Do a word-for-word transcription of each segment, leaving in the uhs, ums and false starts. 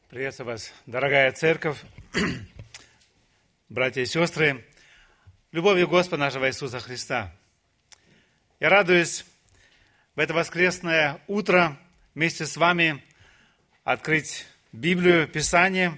Приветствую вас, дорогая церковь, братья и сестры, любовью Господа нашего Иисуса Христа. Я радуюсь в это воскресное утро вместе с вами открыть Библию, Писание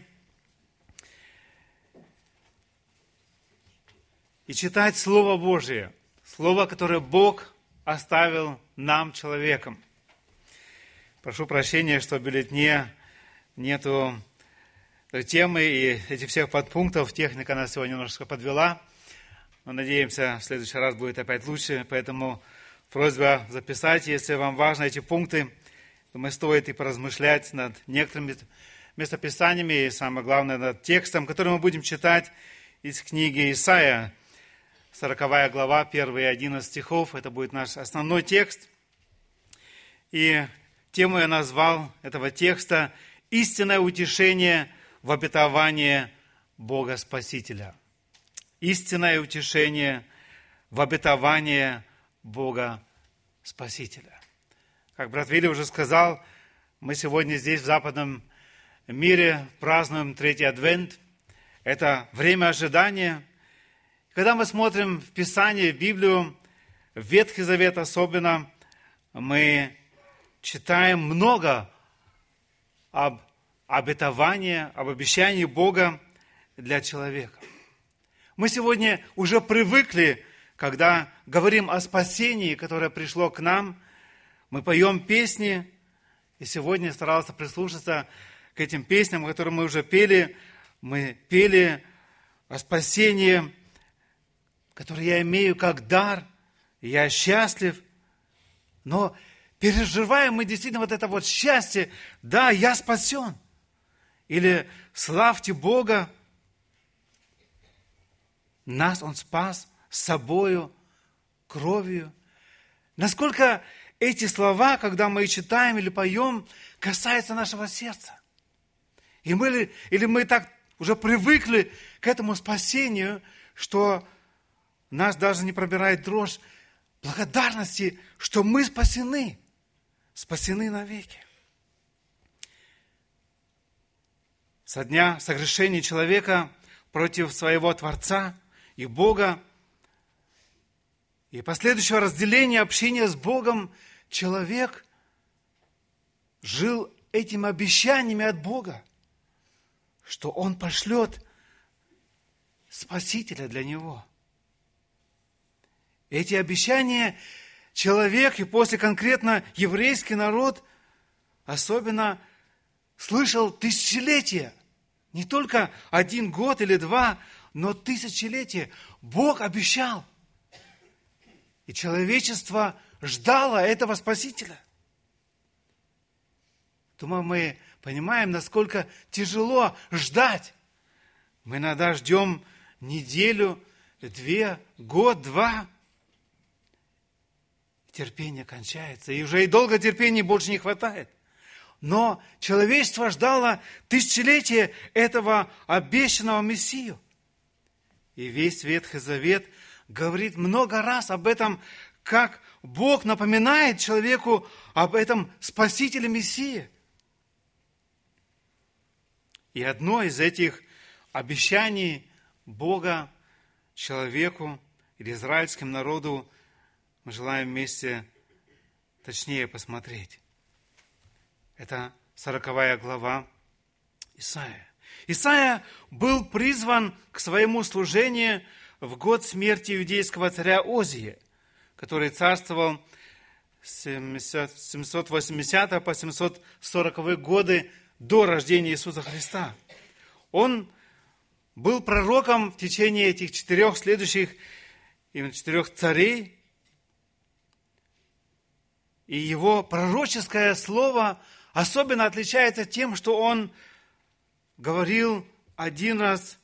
и читать Слово Божие, Слово, которое Бог оставил нам, человеком. Прошу прощения, что в бюллетене нету темы и этих всех подпунктов. Техника нас сегодня немножко подвела. Но надеемся, в следующий раз будет опять лучше. Поэтому просьба записать, если вам важны эти пункты. Думаю, стоит и поразмышлять над некоторыми местописаниями и, самое главное, над текстом, который мы будем читать из книги Исаия, сороковая глава, первые одиннадцать стихов. Это будет наш основной текст. И тему я назвал этого текста «Истинное утешение в обетовании Бога Спасителя». Истинное утешение в обетовании Бога Спасителя. Как брат Вилли уже сказал, мы сегодня здесь, в западном мире, празднуем Третий Адвент. Это время ожидания. Когда мы смотрим в Писание, в Библию, в Ветхий Завет особенно, мы читаем много об обетовании, об обещании Бога для человека. Мы сегодня уже привыкли, когда говорим о спасении, которое пришло к нам, мы поем песни, и сегодня я старался прислушаться к этим песням, которые мы уже пели. Мы пели о спасении, которое я имею как дар, и я счастлив, но переживаем мы действительно вот это вот счастье, да, я спасен. Или славьте Бога, нас Он спас собою, кровью. Насколько эти слова, когда мы читаем или поем, касаются нашего сердца. И мы, или мы так уже привыкли к этому спасению, что нас даже не пробирает дрожь благодарности, что мы спасены. Спасены навеки. Со дня согрешения человека против своего Творца и Бога и последующего разделения общения с Богом человек жил этими обещаниями от Бога, что Он пошлет Спасителя для него. Эти обещания человек, и после конкретно еврейский народ, особенно слышал тысячелетия. Не только один год или два, но тысячелетия. Бог обещал. И человечество ждало этого Спасителя. Думаю, мы понимаем, насколько тяжело ждать. Мы иногда ждем неделю, две, год, два. Терпение кончается, и уже и долго терпения больше не хватает. Но человечество ждало тысячелетия этого обещанного Мессию. И весь Ветхий Завет говорит много раз об этом, как Бог напоминает человеку об этом Спасителе Мессии. И одно из этих обещаний Бога человеку или израильскому народу мы желаем вместе точнее посмотреть. Это сороковая глава Исаия. Исаия был призван к своему служению в год смерти иудейского царя Озия, который царствовал с семьсот восьмидесятого по семьсот сороковые годы до рождения Иисуса Христа. Он был пророком в течение этих четырех следующих, именно четырех царей, и его пророческое слово особенно отличается тем, что он говорил один раз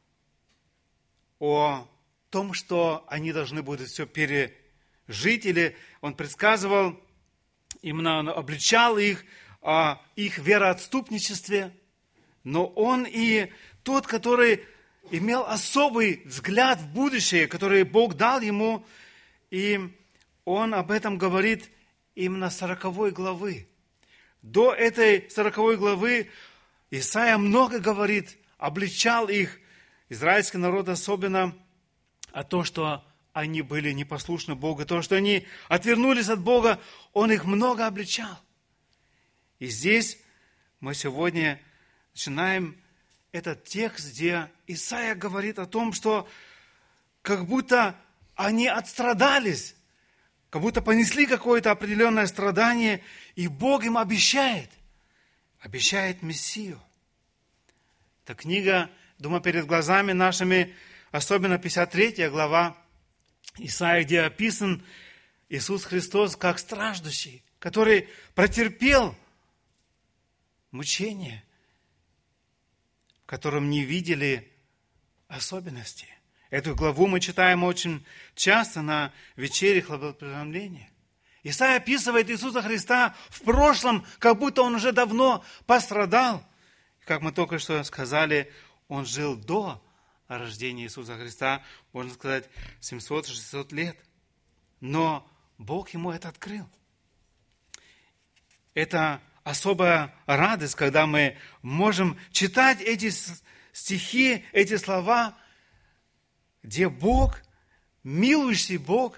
о том, что они должны будут все пережить, или он предсказывал, именно он обличал их о их вероотступничестве, но он и тот, который имел особый взгляд в будущее, который Бог дал ему, и он об этом говорит именно сороковой главы. До этой сороковой главы Исаия много говорит, обличал их, израильский народ особенно, о том, что они были непослушны Богу, то, что они отвернулись от Бога, Он их много обличал. И здесь мы сегодня начинаем этот текст, где Исаия говорит о том, что как будто они отстрадались, как будто понесли какое-то определенное страдание, и Бог им обещает, обещает Мессию. Эта книга, думаю, перед глазами нашими, особенно пятьдесят третья глава Исаии, где описан Иисус Христос как страждущий, который претерпел мучение, в котором не видели особенностей. Эту главу мы читаем очень часто на вечере хлебопреломления. Исаия описывает Иисуса Христа в прошлом, как будто Он уже давно пострадал. Как мы только что сказали, Он жил до рождения Иисуса Христа, можно сказать, семьсот-шестьсот лет. Но Бог Ему это открыл. Это особая радость, когда мы можем читать эти стихи, эти слова, где Бог, милующий Бог,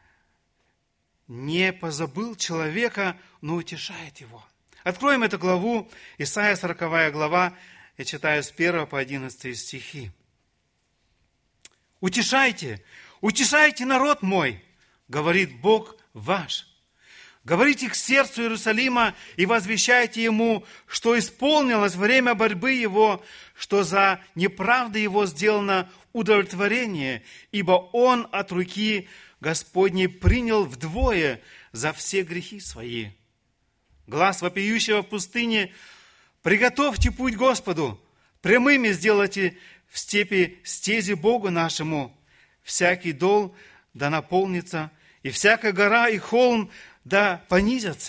не позабыл человека, но утешает его. Откроем эту главу, Исайя сороковая глава, я читаю с первого по одиннадцатый стихи. «Утешайте, утешайте народ мой, говорит Бог ваш. Говорите к сердцу Иерусалима и возвещайте ему, что исполнилось время борьбы его, что за неправды его сделано удовлетворение, ибо он от руки Господней принял вдвое за все грехи свои. Глас вопиющего в пустыне: приготовьте путь Господу, прямыми сделайте в степи стези Богу нашему. Всякий дол да наполнится, и всякая гора и холм да понизятся.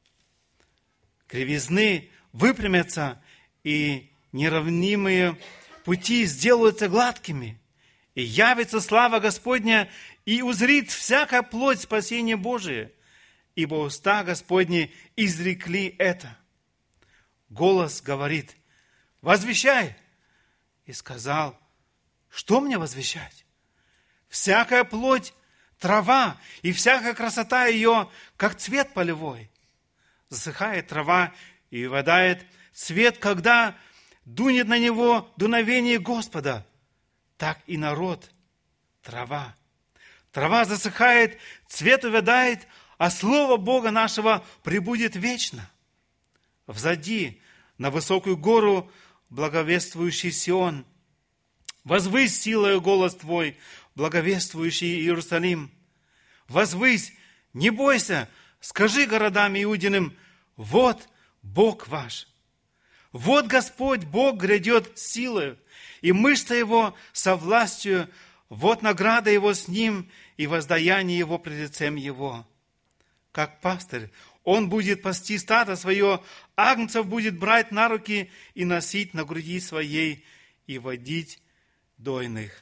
Кривизны выпрямятся, и неравнимые пути сделаются гладкими. И явится слава Господня, и узрит всякая плоть спасения Божие, ибо уста Господни изрекли это. Голос говорит: возвещай. И сказал: что мне возвещать? Всякая плоть трава, и всякая красота ее, как цвет полевой. Засыхает трава и увядает цвет, когда дунет на него дуновение Господа. Так и народ трава. Трава засыхает, цвет увядает, а слово Бога нашего пребудет вечно. Взойди на высокую гору, благовествующий Сион. Возвысь силою голос твой, благовествующий Иерусалим. Возвысь, не бойся, скажи городам Иудиным: вот Бог ваш. Вот Господь Бог грядет с силою, и мышца Его со властью, вот награда Его с Ним, и воздаяние Его пред лицем Его. Как пастырь, Он будет пасти стадо свое, агнцев будет брать на руки и носить на груди своей, и водить дойных».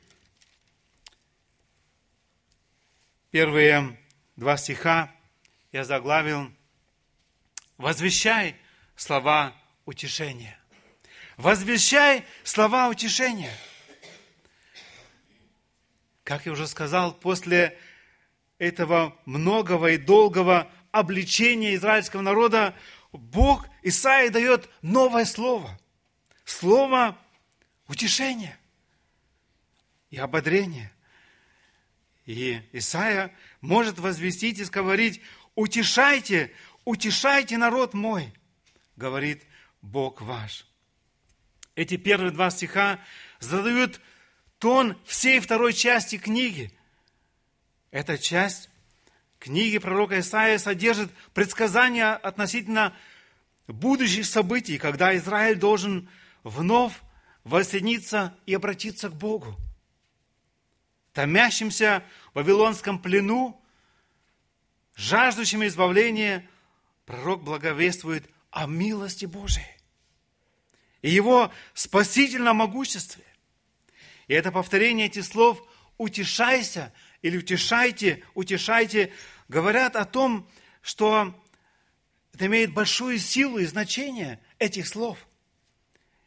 Первые два стиха я заглавил: «Возвещай слова утешения». Возвещай слова утешения. Как я уже сказал, после этого многого и долгого обличения израильского народа Бог Исаии дает новое слово. Слово утешения и ободрения. И Исаия может возвестить и говорить: утешайте, утешайте народ мой, говорит Бог ваш. Эти первые два стиха задают тон всей второй части книги. Эта часть книги пророка Исаии содержит предсказания относительно будущих событий, когда Израиль должен вновь воссоединиться и обратиться к Богу. Томящимся в вавилонском плену, жаждущим избавления, пророк благовествует о милости Божией и Его спасительном могуществе. И это повторение этих слов «утешайся» или «утешайте», «утешайте» говорят о том, что это имеет большую силу и значение этих слов.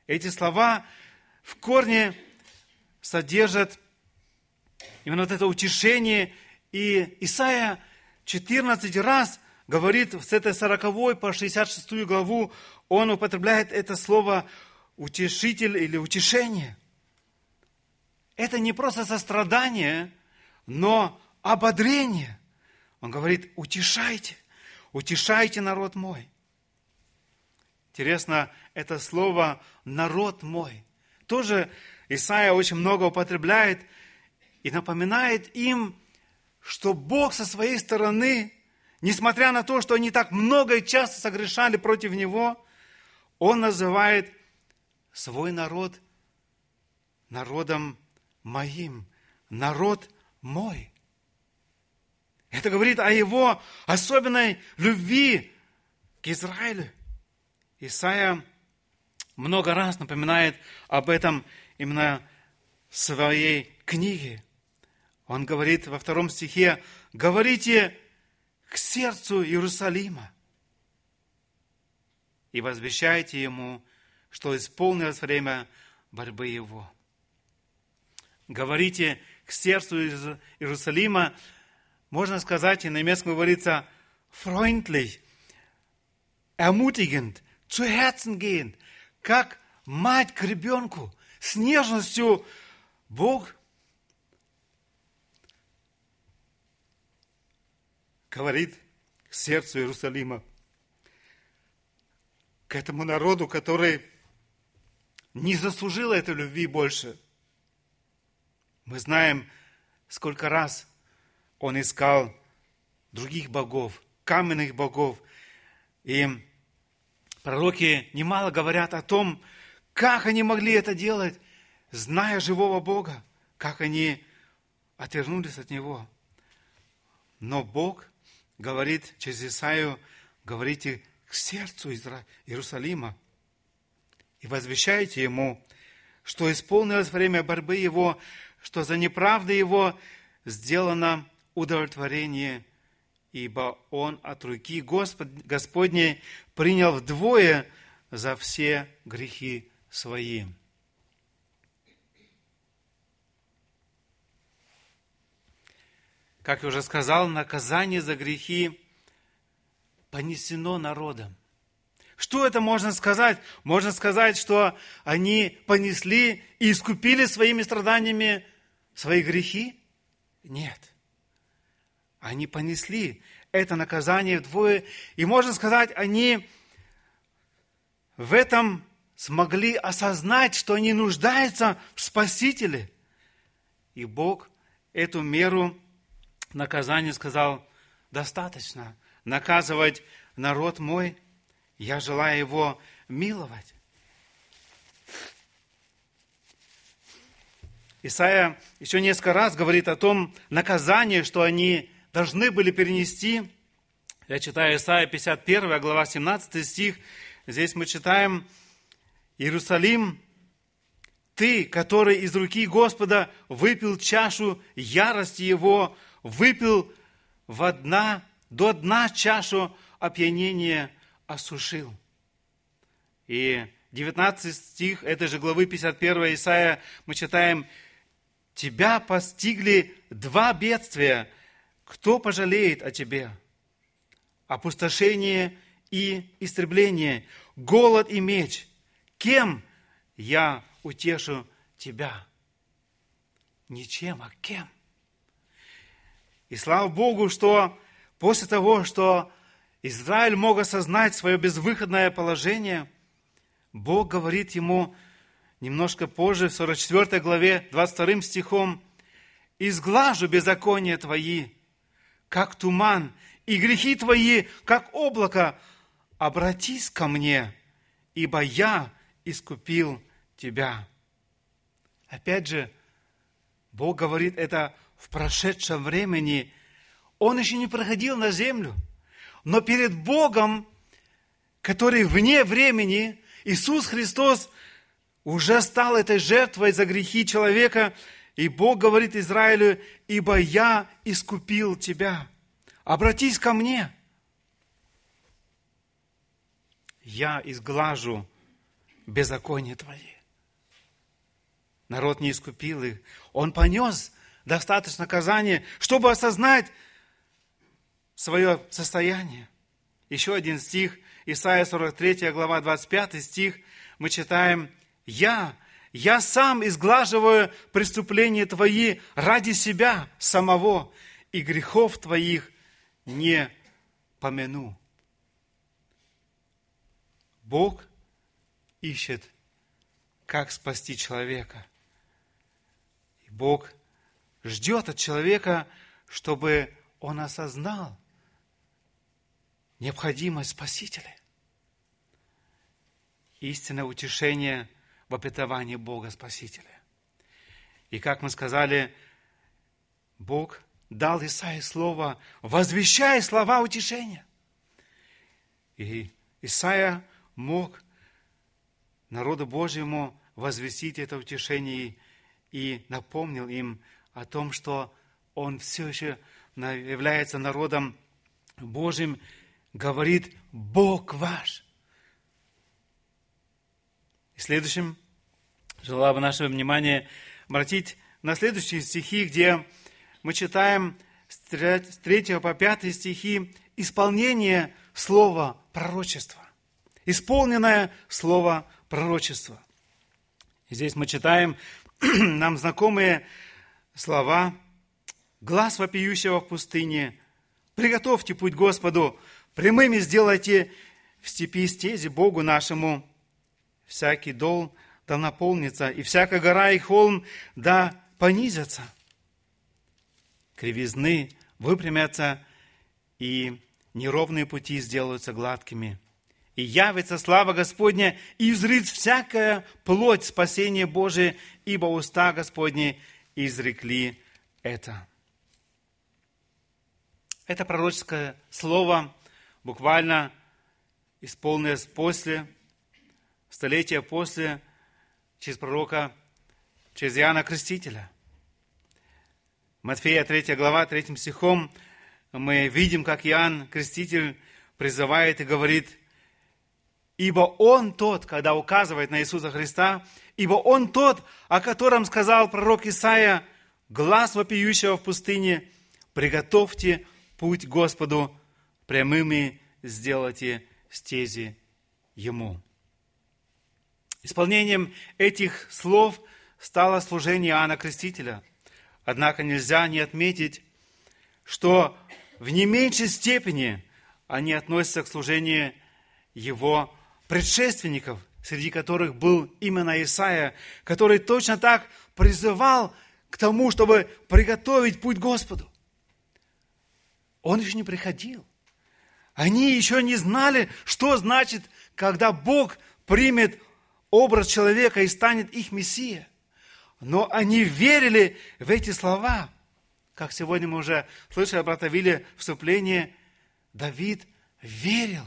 Эти слова в корне содержат именно вот это утешение. И Исайя четырнадцать раз говорит с этой сороковой по шестьдесят шестую главу, он употребляет это слово утешитель или утешение. Это не просто сострадание, но ободрение. Он говорит, утешайте, утешайте народ мой. Интересно, это слово «народ мой» тоже Исайя очень много употребляет и напоминает им, что Бог со своей стороны, несмотря на то, что они так много и часто согрешали против Него, Он называет свой народ народом моим, народ мой. Это говорит о Его особенной любви к Израилю. Исайя много раз напоминает об этом именно в своей книге. Он говорит во втором стихе, «Говорите к сердцу Иерусалима и возвещайте ему, что исполнилось время борьбы его». Говорите к сердцу Иерусалима, можно сказать, и на немецком говорится freundlich, ermutigend, zu Herzen gehend, как мать к ребенку, с нежностью Бог говорит к сердцу Иерусалима, к этому народу, который не заслужил этой любви больше. Мы знаем, сколько раз он искал других богов, каменных богов. И пророки немало говорят о том, как они могли это делать, зная живого Бога, как они отвернулись от Него. Но Бог говорит через Исаию, говорите к сердцу Иерусалима и возвещайте ему, что исполнилось время борьбы его, что за неправды его сделано удовлетворение, ибо он от руки Господ, Господней принял вдвое за все грехи свои. Как я уже сказал, наказание за грехи понесено народом. Что это можно сказать? Можно сказать, что они понесли и искупили своими страданиями свои грехи? Нет. Они понесли это наказание вдвое. И можно сказать, они в этом смогли осознать, что они нуждаются в Спасителе. И Бог эту меру наказания сказал, достаточно наказывать народ мой, я желаю его миловать. Исайя еще несколько раз говорит о том наказании, что они должны были перенести. Я читаю Исайя пятьдесят первая глава, семнадцатый стих. Здесь мы читаем: «Иерусалим, ты, который из руки Господа выпил чашу ярости его, выпил во дна, до дна чашу опьянения осушил». И девятнадцатый стих этой же главы пятьдесят первой Исайя мы читаем: «Тебя постигли два бедствия. Кто пожалеет о тебе? Опустошение и истребление, голод и меч. Кем я утешу тебя?» Ничем, а кем? И слава Богу, что после того, что Израиль мог осознать свое безвыходное положение, Бог говорит ему немножко позже, в сорок четвёртой главе, двадцать вторым стихом: «Изглажу беззакония твои, как туман, и грехи твои, как облако. Обратись ко мне, ибо я искупил тебя». Опять же, Бог говорит это в прошедшем времени. Он еще не проходил на землю. Но перед Богом, который вне времени, Иисус Христос уже стал этой жертвой за грехи человека. И Бог говорит Израилю: «Ибо я искупил тебя. Обратись ко мне. Я изглажу беззакония твои. Народ не искупил их. Он понес достаточно наказания, чтобы осознать свое состояние. Еще один стих, Исайя сорок третья глава, двадцать пятый стих, мы читаем: «Я, я сам изглаживаю преступления твои ради себя самого, и грехов твоих не помяну». Бог ищет, как спасти человека. И Бог ждет от человека, чтобы он осознал необходимость Спасителя. Истинное утешение в обетовании Бога Спасителя. И как мы сказали, Бог дал Исаии слово, возвещая слова утешения. И Исаия мог народу Божьему возвестить это утешение и напомнил им о том, что он все еще является народом Божьим, говорит: Бог ваш. И следующим желаю бы наше внимание обратить на следующие стихи, где мы читаем с третьего по пятый стихи исполнение слова пророчества. Исполненное слово пророчества. И здесь мы читаем нам знакомые слова: «Глас вопиющего в пустыне, приготовьте путь Господу, прямыми сделайте в степи стези Богу нашему. Всякий дол да наполнится, и всякая гора и холм да понизятся. Кривизны выпрямятся, и неровные пути сделаются гладкими. И явится слава Господня, и изрит всякая плоть спасения Божие, ибо уста Господни изрекли это». Это пророческое слово буквально исполнилось после, столетия после, через пророка, через Иоанна Крестителя. Матфея третья глава, третьим стихом мы видим, как Иоанн Креститель призывает и говорит: «Ибо Он тот», когда указывает на Иисуса Христа, «ибо Он тот, о котором сказал пророк Исаия: глас вопиющего в пустыне, приготовьте путь Господу, прямыми сделайте стези Ему». Исполнением этих слов стало служение Иоанна Крестителя. Однако нельзя не отметить, что в не меньшей степени они относятся к служению его предшественников, среди которых был именно Исаия, который точно так призывал к тому, чтобы приготовить путь Господу. Он еще не приходил. Они еще не знали, что значит, когда Бог примет образ человека и станет их Мессия. Но они верили в эти слова. Как сегодня мы уже слышали от брата Вилли вступление, Давид верил.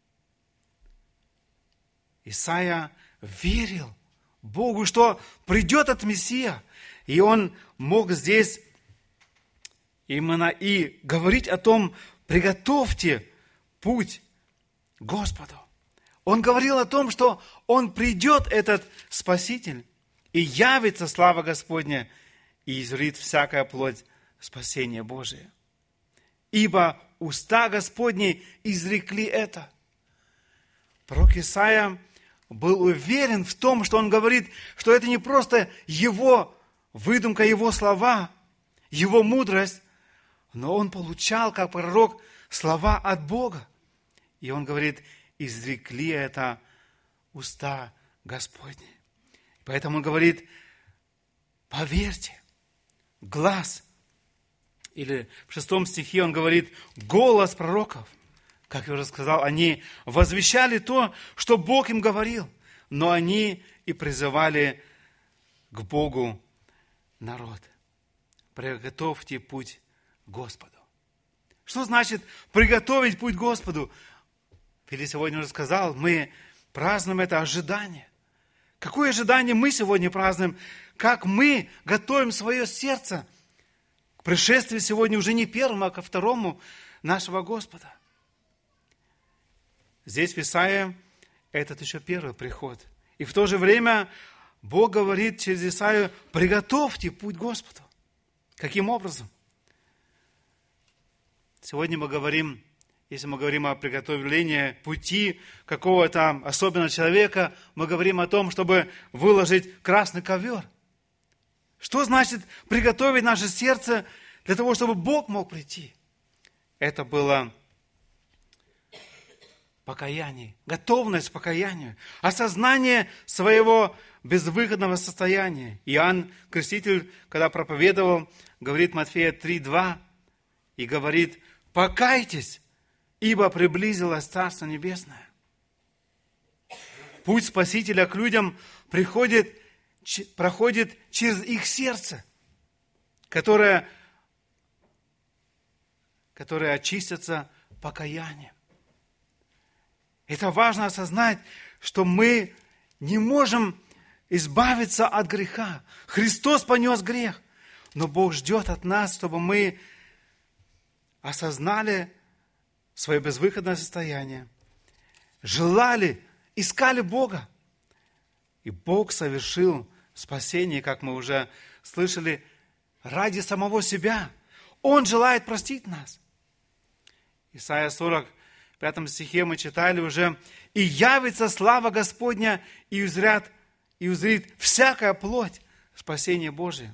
Исаия верил Богу, что придет от Мессия. И он мог здесь именно и говорить о том: приготовьте путь Господу. Он говорил о том, что он придет, этот Спаситель, и явится слава Господня, и изрит всякая плоть спасения Божия. Ибо уста Господни изрекли это. Пророк Исаия был уверен в том, что он говорит, что это не просто его выдумка, его слова, его мудрость, но он получал, как пророк, слова от Бога. И он говорит: изрекли это уста Господни. Поэтому он говорит: поверьте, глас. Или в шестом стихе он говорит: голос пророков. Как я уже сказал, они возвещали то, что Бог им говорил, но они и призывали к Богу народ. Приготовьте путь Господу. Что значит приготовить путь Господу? Фили сегодня уже сказал, мы празднуем это ожидание. Какое ожидание мы сегодня празднуем? Как мы готовим свое сердце к пришествию сегодня уже не первому, а ко второму нашего Господа. Здесь в Исаии этот еще первый приход. И в то же время Бог говорит через Исаию: приготовьте путь Господу. Каким образом? Сегодня мы говорим, если мы говорим о приготовлении пути какого-то особенного человека, мы говорим о том, чтобы выложить красный ковер. Что значит приготовить наше сердце для того, чтобы Бог мог прийти? Это было покаяние, готовность к покаянию, осознание своего безвыходного состояния. Иоанн Креститель, когда проповедовал, говорит Матфея три два, и говорит: покайтесь, ибо приблизилось Царство Небесное. Путь Спасителя к людям приходит, проходит через их сердце, которое, которое очистится покаянием. Это важно осознать, что мы не можем избавиться от греха. Христос понес грех, но Бог ждет от нас, чтобы мы осознали свое безвыходное состояние, желали, искали Бога. И Бог совершил спасение, как мы уже слышали, ради самого себя. Он желает простить нас. Исайя сорок пятом стихе мы читали уже: «И явится слава Господня, и узрят, и узрит всякая плоть спасение Божие».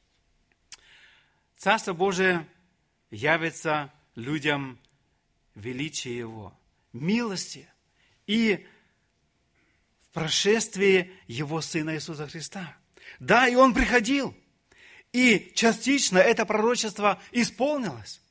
Царство Божие явится людям величие Его, милости и в прошествии Его Сына Иисуса Христа. Да, и Он приходил, и частично это пророчество исполнилось.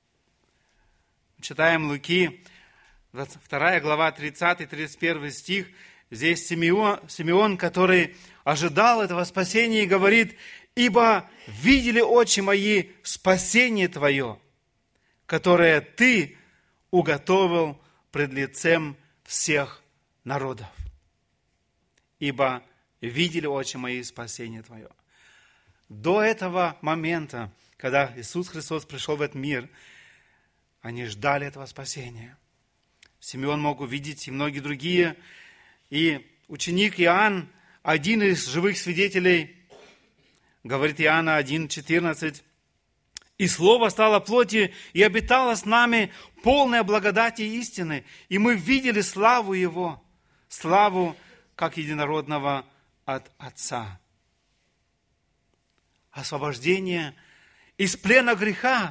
Читаем Луки, вторая глава, тридцатый тридцать первый стих. Здесь Симеон, Симеон, который ожидал этого спасения, и говорит: «Ибо видели очи мои спасение Твое, которое Ты уготовил пред лицем всех народов». Ибо видели очи мои спасение Твое. До этого момента, когда Иисус Христос пришел в этот мир, они ждали этого спасения. Симеон мог увидеть, и многие другие. И ученик Иоанн, один из живых свидетелей, говорит Иоанна один четырнадцать: «И Слово стало плотью, и обитало с нами, полное благодати и истины, и мы видели славу Его, славу как единородного от Отца». Освобождение из плена греха,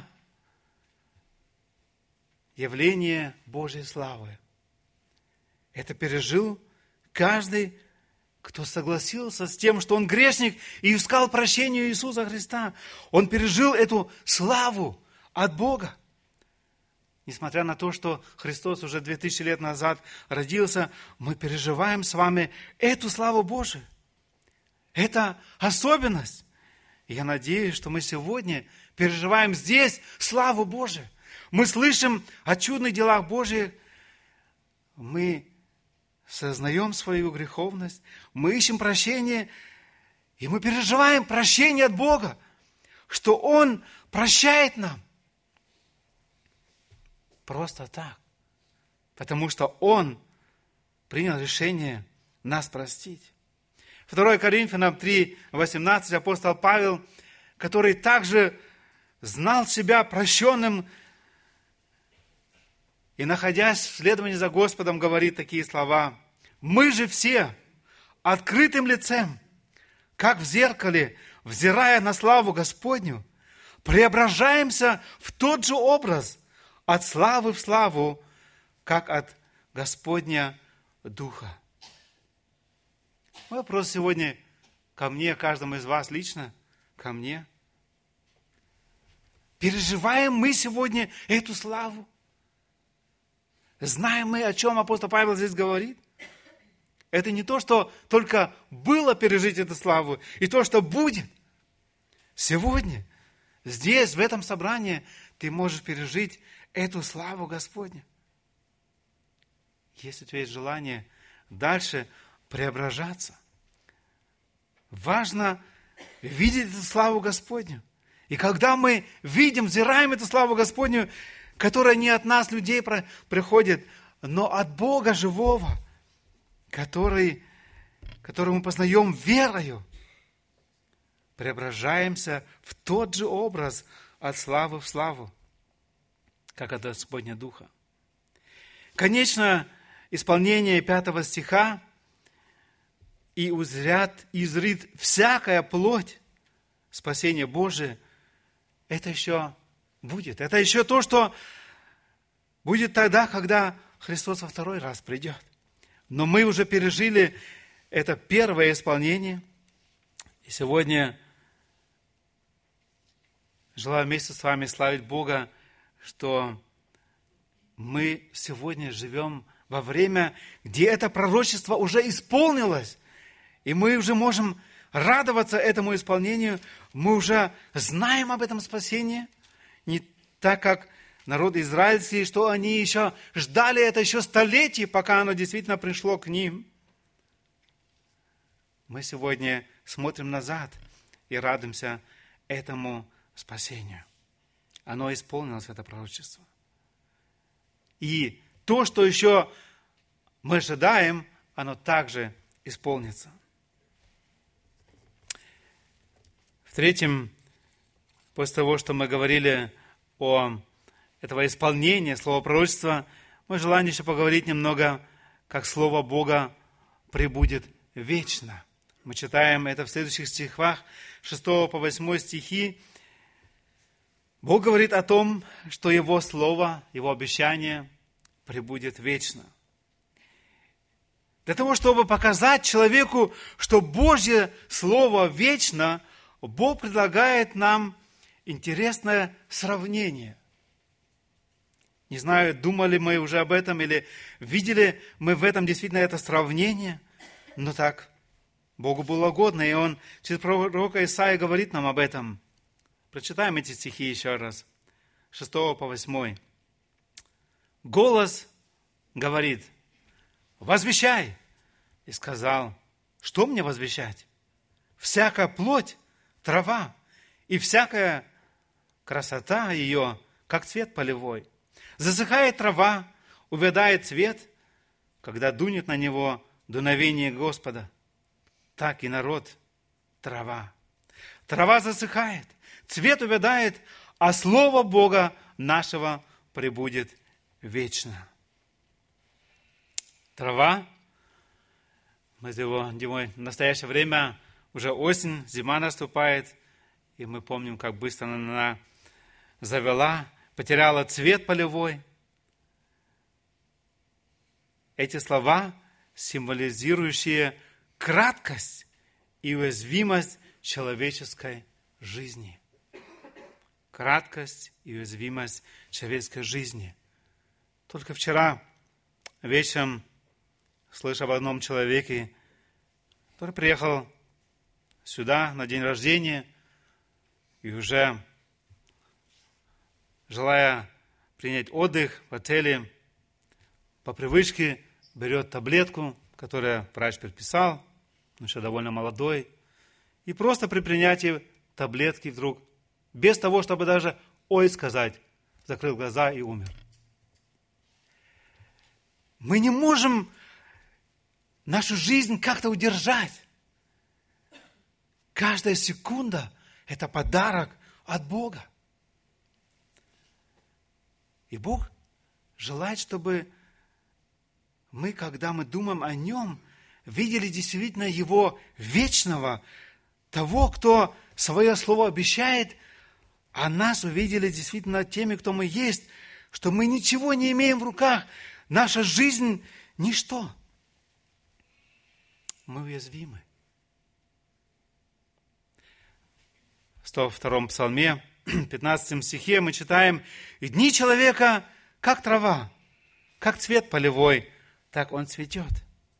явление Божьей славы. Это пережил каждый, кто согласился с тем, что он грешник и искал прощения Иисуса Христа. Он пережил эту славу от Бога. Несмотря на то, что Христос уже две тысячи лет назад родился, мы переживаем с вами эту славу Божию. Это особенность. И я надеюсь, что мы сегодня переживаем здесь славу Божию. Мы слышим о чудных делах Божьих, мы сознаем свою греховность, мы ищем прощения, и мы переживаем прощение от Бога, что Он прощает нам. Просто так. Потому что Он принял решение нас простить. второе Коринфянам три восемнадцать апостол Павел, который также знал себя прощенным, и, находясь в следовании за Господом, говорит такие слова: «Мы же все открытым лицем, как в зеркале, взирая на славу Господню, преображаемся в тот же образ, от славы в славу, как от Господня Духа». Мой вопрос сегодня ко мне, каждому из вас лично, ко мне. Переживаем мы сегодня эту славу? Знаем мы, о чем апостол Павел здесь говорит? Это не то, что только было пережить эту славу, и то, что будет. Сегодня, здесь, в этом собрании, ты можешь пережить эту славу Господню. Если у тебя есть желание дальше преображаться, важно видеть эту славу Господню. И когда мы видим, взираем эту славу Господню, которая не от нас, людей, приходит, но от Бога живого, который которую мы познаем верою, преображаемся в тот же образ от славы в славу, как от Господня Духа. Конечно, исполнение пятого стиха «И узрят, и изрит всякая плоть спасение Божие» – это еще будет. Это еще то, что будет тогда, когда Христос во второй раз придет. Но мы уже пережили это первое исполнение. И сегодня желаю вместе с вами славить Бога, что мы сегодня живем во время, где это пророчество уже исполнилось. И мы уже можем радоваться этому исполнению. Мы уже знаем об этом спасении. Не так, как народ израильский, что они еще ждали это еще столетий, пока оно действительно пришло к ним. Мы сегодня смотрим назад и радуемся этому спасению. Оно исполнилось, это пророчество. И то, что еще мы ожидаем, оно также исполнится. В-третьем, после того, что мы говорили о этого исполнения слова пророчества, мы желаем еще поговорить немного, как Слово Бога пребудет вечно. Мы читаем это в следующих стихах, шестого по восьмой стихи. Бог говорит о том, что Его Слово, Его обещание пребудет вечно. Для того, чтобы показать человеку, что Божье Слово вечно, Бог предлагает нам интересное сравнение. Не знаю, думали мы уже об этом или видели мы в этом действительно это сравнение, но так Богу было угодно, и Он через пророка Исаия говорит нам об этом. Прочитаем эти стихи еще раз, шестого по восьмой. Голос говорит: «Возвещай!» И сказал: «Что мне возвещать? Всякая плоть – трава, и всякая красота ее, как цвет полевой. Засыхает трава, увядает цвет, когда дунет на него дуновение Господа. Так и народ – трава. Трава засыхает, цвет увядает, а слово Бога нашего пребудет вечно». Трава, мы его, в настоящее время уже осень, зима наступает, и мы помним, как быстро она завела, потеряла цвет полевой. Эти слова, символизирующие краткость и уязвимость человеческой жизни. Краткость и уязвимость человеческой жизни. Только вчера вечером слышу об одном человеке, который приехал сюда на день рождения и уже, желая принять отдых в отеле, по привычке берет таблетку, которую врач предписал, он еще довольно молодой, и просто при принятии таблетки вдруг, без того, чтобы даже «ой» сказать, закрыл глаза и умер. Мы не можем нашу жизнь как-то удержать. Каждая секунда – это подарок от Бога. И Бог желает, чтобы мы, когда мы думаем о Нем, видели действительно Его вечного, того, кто свое слово обещает, а нас увидели действительно теми, кто мы есть, что мы ничего не имеем в руках, наша жизнь – ничто. Мы уязвимы. В сто втором псалме, пятнадцатом стихе мы читаем: «И дни человека, как трава, как цвет полевой, так он цветет».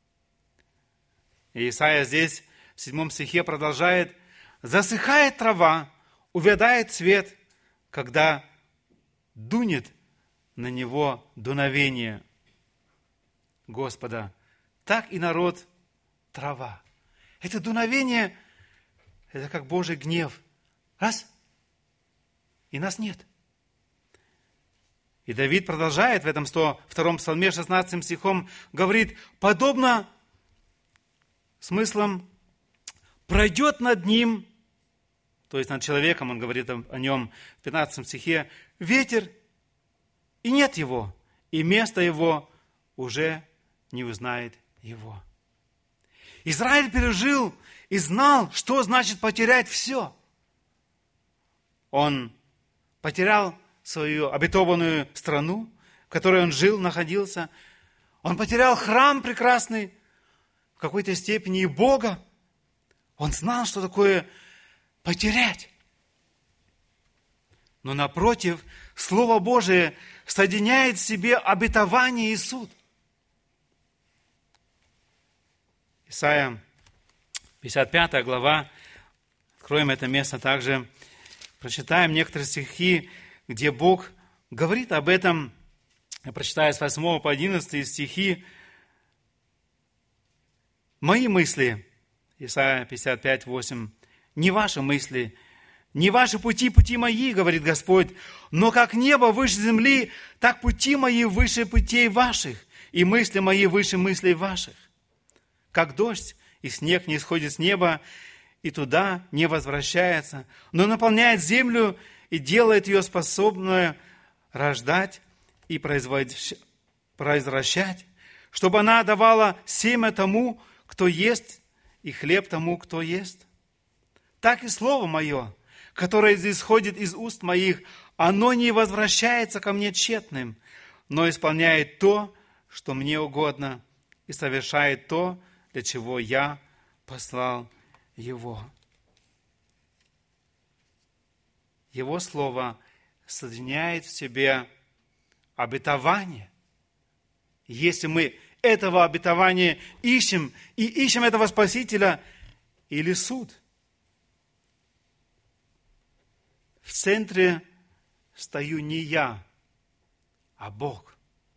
И Исаия здесь, в седьмом стихе, продолжает: «Засыхает трава, увядает цвет, когда дунет на него дуновение Господа. Так и народ трава». Это дуновение, это как Божий гнев. Раз, и нас нет. И Давид продолжает в этом сто втором псалме, шестнадцатым стихом, говорит: «Подобно смыслом пройдет над ним, то есть над человеком, он говорит о нем в пятнадцатом стихе, ветер, и нет его, и место его уже не узнает его. Израиль пережил и знал, что значит потерять все. Он потерял свою обетованную страну, в которой он жил, находился. Он потерял храм прекрасный, в какой-то степени и Бога. Он знал, что такое потерять. Но напротив, Слово Божие соединяет в себе обетование и суд. Исайя, пятьдесят пятая глава, откроем это место также, прочитаем некоторые стихи, где Бог говорит об этом. Я прочитаю с восьмого по одиннадцатый стихи. «Мои мысли», Исайя пятьдесят пять, восемь, «не ваши мысли, не ваши пути, пути мои, говорит Господь, но как небо выше земли, так пути мои выше путей ваших, и мысли мои выше мыслей ваших. Как дождь и снег не сходит с неба, и туда не возвращается, но наполняет землю и делает ее способной рождать и производить, произвращать, чтобы она давала семя тому, кто ест, и хлеб тому, кто ест. Так и слово мое, которое исходит из уст моих, оно не возвращается ко мне тщетным, но исполняет то, что мне угодно, и совершает то, для чего я послал его». Его слово соединяет в себе обетование. Если мы этого обетования ищем, и ищем этого Спасителя, или суд. В центре стою не я, а Бог.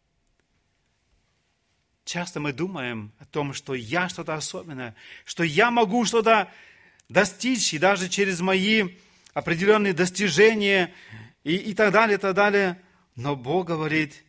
Часто мы думаем о том, что я что-то особенное, что я могу что-то достичь, и даже через мои определенные достижения, и, и так далее, и так далее. Но Бог говорит,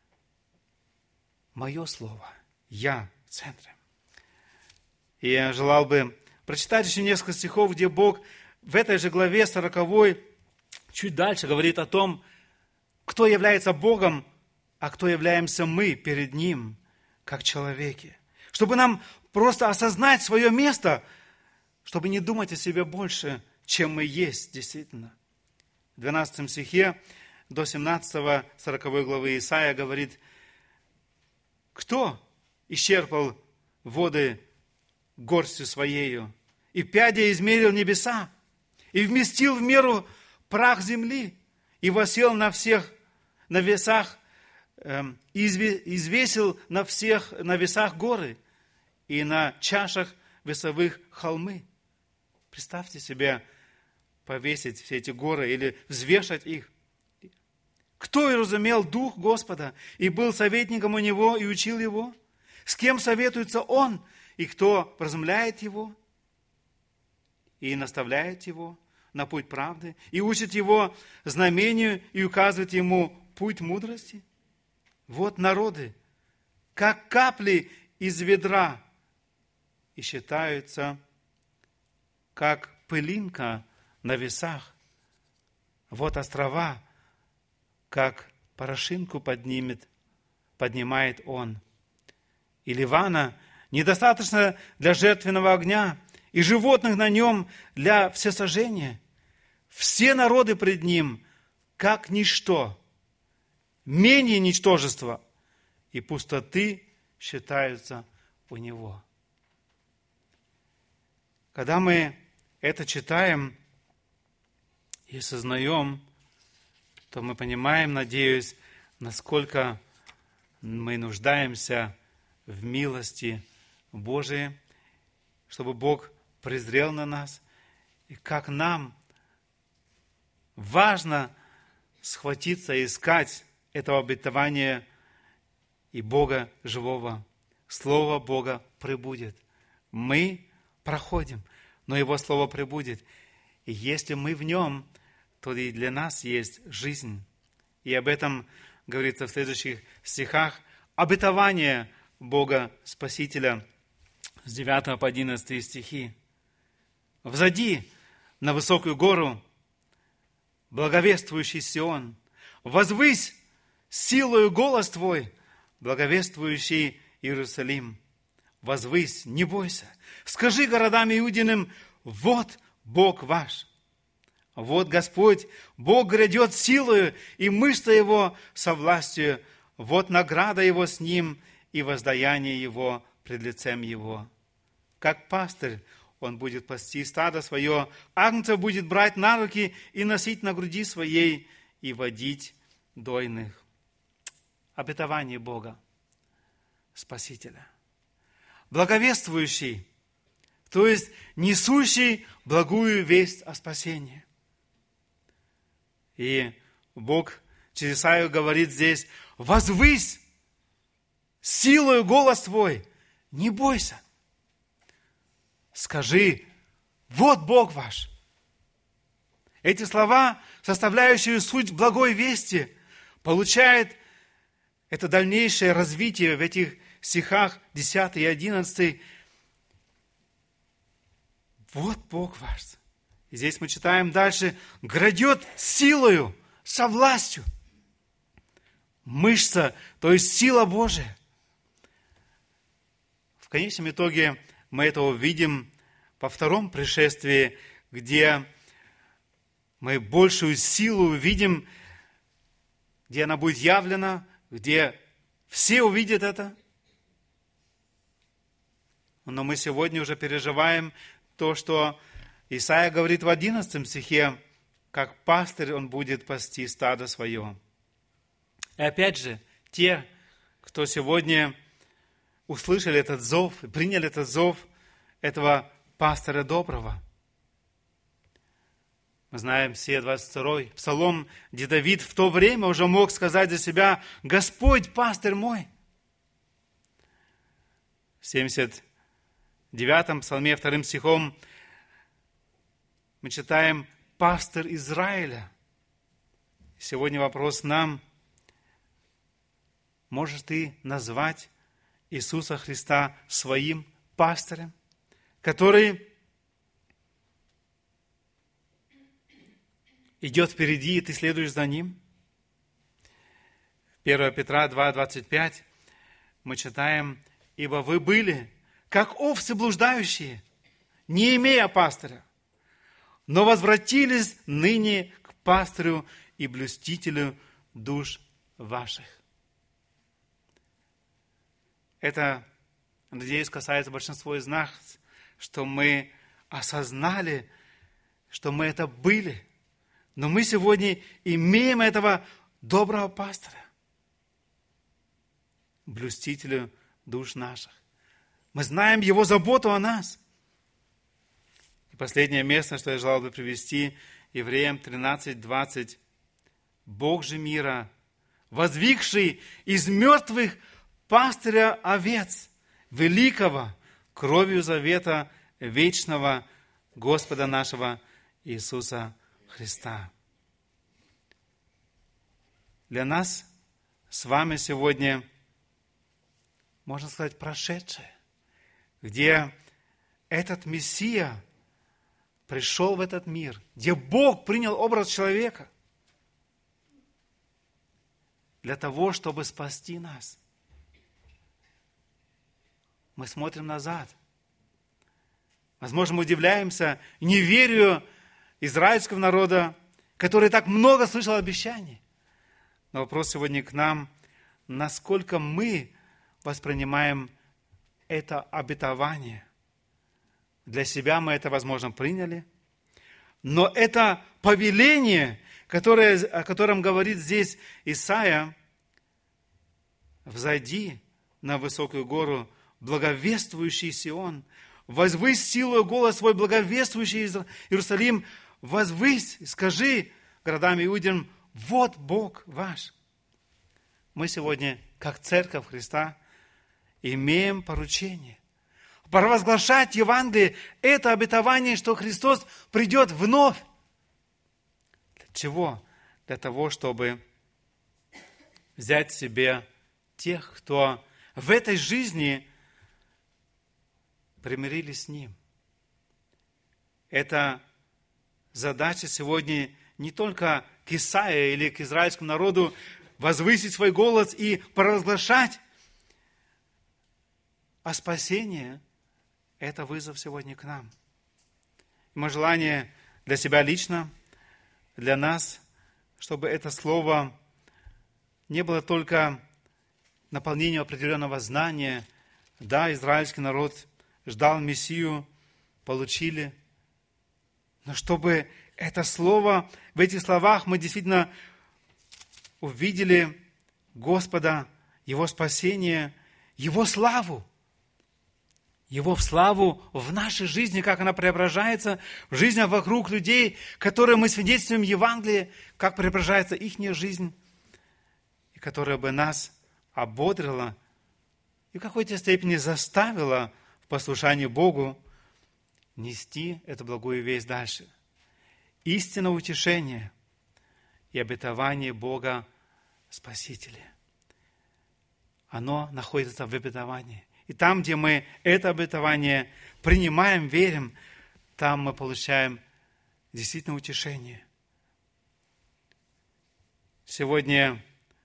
мое слово, я в центре. И я желал бы прочитать еще несколько стихов, где Бог в этой же главе сороковой чуть дальше говорит о том, кто является Богом, а кто являемся мы перед Ним, как человеки. Чтобы нам просто осознать свое место, чтобы не думать о себе больше, чем мы есть действительно. В двенадцатом стихе до семнадцатого, сороковой главы Исаия говорит, кто исчерпал воды горстью своею, и пядя измерил небеса, и вместил в меру прах земли, и восел на всех на весах, э, и извесил на всех на весах горы, и на чашах весовых холмы. Представьте себе повесить все эти горы или взвешать их. Кто и разумел дух Господа, и был советником у Него, и учил Его? С кем советуется Он, и кто вразумляет Его, и наставляет Его на путь правды, и учит Его знамению, и указывает Ему путь мудрости? Вот народы, как капли из ведра, и считаются, как пылинка на весах. Вот острова, как порошинку поднимет, поднимает Он. И Ливана недостаточно для жертвенного огня, и животных на нем для всесожжения. Все народы пред Ним, как ничто, менее ничтожества, и пустоты считаются у Него. Когда мы это читаем и сознаем, то мы понимаем, надеюсь, насколько мы нуждаемся в милости Божией, чтобы Бог презрел на нас, и как нам важно схватиться и искать этого обетования и Бога живого. Слово Бога пребудет. Мы проходим, но Его Слово пребудет. И если мы в Нем, то и для нас есть жизнь. И об этом говорится в следующих стихах. Обетование Бога Спасителя с девятого по одиннадцатый стихи. «Взойди на высокую гору, благовествующий Сион, возвысь силою голос твой, благовествующий Иерусалим. Возвысь, не бойся, скажи городам Иудиным, вот Бог ваш. Вот Господь, Бог грядет силою, и мышца Его со властью, вот награда Его с Ним, и воздаяние Его пред лицем Его. Как пастырь Он будет пасти стадо свое, агнца будет брать на руки и носить на груди своей, и водить дойных». Обетование Бога, Спасителя. Благовествующий, то есть несущий благую весть о спасении. И Бог через Исаию говорит здесь: «Возвысь силою голос твой, не бойся. Скажи, вот Бог ваш». Эти слова, составляющие суть благой вести, получают это дальнейшее развитие в этих стихах десятый и одиннадцатый. Вот Бог ваш. И здесь мы читаем дальше: грядет силою, со властью. Мышца, то есть сила Божия. В конечном итоге мы это увидим во втором пришествии, где мы большую силу увидим, где она будет явлена, где все увидят это. Но мы сегодня уже переживаем то, что Исаия говорит в одиннадцатом стихе, как пастырь он будет пасти стадо свое. И опять же, те, кто сегодня услышали этот зов, приняли этот зов этого пастыря доброго. Мы знаем все двадцать второй псалом, где Давид в то время уже мог сказать за себя: «Господь, пастырь мой». В семьдесят девятом псалме, вторым стихом, мы читаем: «Пастырь Израиля». Сегодня вопрос нам: можешь ты назвать Иисуса Христа своим пастырем, который идет впереди, и ты следуешь за Ним? первое Петра два, двадцать пять мы читаем: «Ибо вы были, как овцы блуждающие, не имея пастыря, но возвратились ныне к пастырю и блюстителю душ ваших». Это, надеюсь, касается большинства из нас, что мы осознали, что мы это были. Но мы сегодня имеем этого доброго пастыря, блюстителя душ наших. Мы знаем Его заботу о нас. И последнее место, что я желал бы привести, Евреям тринадцать, двадцать. «Бог же мира, воздвигший из мертвых пастыря овец, великого, кровью завета вечного Господа нашего Иисуса Христа». Для нас с вами сегодня, можно сказать, прошедшее, где этот Мессия пришел в этот мир, где Бог принял образ человека для того, чтобы спасти нас. Мы смотрим назад. Возможно, мы удивляемся неверию израильского народа, который так много слышал обещаний. Но вопрос сегодня к нам: насколько мы воспринимаем это обетование? Для себя мы это, возможно, приняли, но это повеление, которое, о котором говорит здесь Исаия: «Взойди на высокую гору, благовествующий Сион, возвысь силою голос свой, благовествующий Иерусалим, возвысь, скажи городам Иудиным: вот Бог ваш». Мы сегодня, как Церковь Христа, имеем поручение провозглашать Евангелие, это обетование, что Христос придет вновь. Для чего? Для того, чтобы взять себе тех, кто в этой жизни примирились с Ним. Это задача сегодня не только к Исаии или к израильскому народу возвысить свой голос и провозглашать, а спасение – это вызов сегодня к нам. И мое желание для себя лично, для нас, чтобы это слово не было только наполнением определенного знания. Да, израильский народ ждал Мессию, получили. Но чтобы это слово, в этих словах мы действительно увидели Господа, Его спасение, Его славу. Его в славу в нашей жизни, как она преображается в жизни вокруг людей, которые мы свидетельствуем Евангелие, как преображается их жизнь, и которая бы нас ободрила и в какой-то степени заставила в послушании Богу нести эту благую весть дальше. Истинное утешение и обетование Бога Спасителя. Оно находится в обетовании. И там, где мы это обетование принимаем, верим, там мы получаем действительно утешение. Сегодня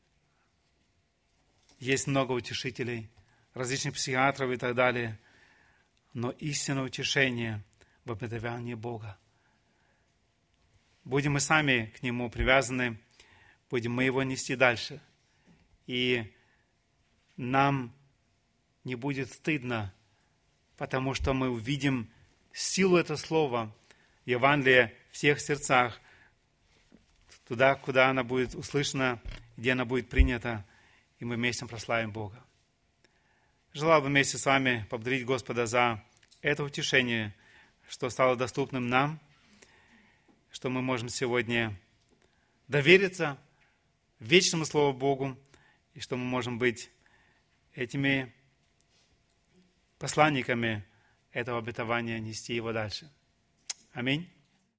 есть много утешителей, различных психиатров и так далее, но истинное утешение в обетовании Бога. Будем мы сами к Нему привязаны, будем мы Его нести дальше. И нам не будет стыдно, потому что мы увидим силу этого слова, Евангелия в всех сердцах, туда, куда она будет услышана, где она будет принята, и мы вместе прославим Бога. Желал бы вместе с вами поблагодарить Господа за это утешение, что стало доступным нам, что мы можем сегодня довериться вечному Слову Богу, и что мы можем быть этими посланниками этого обетования, нести его дальше. Аминь.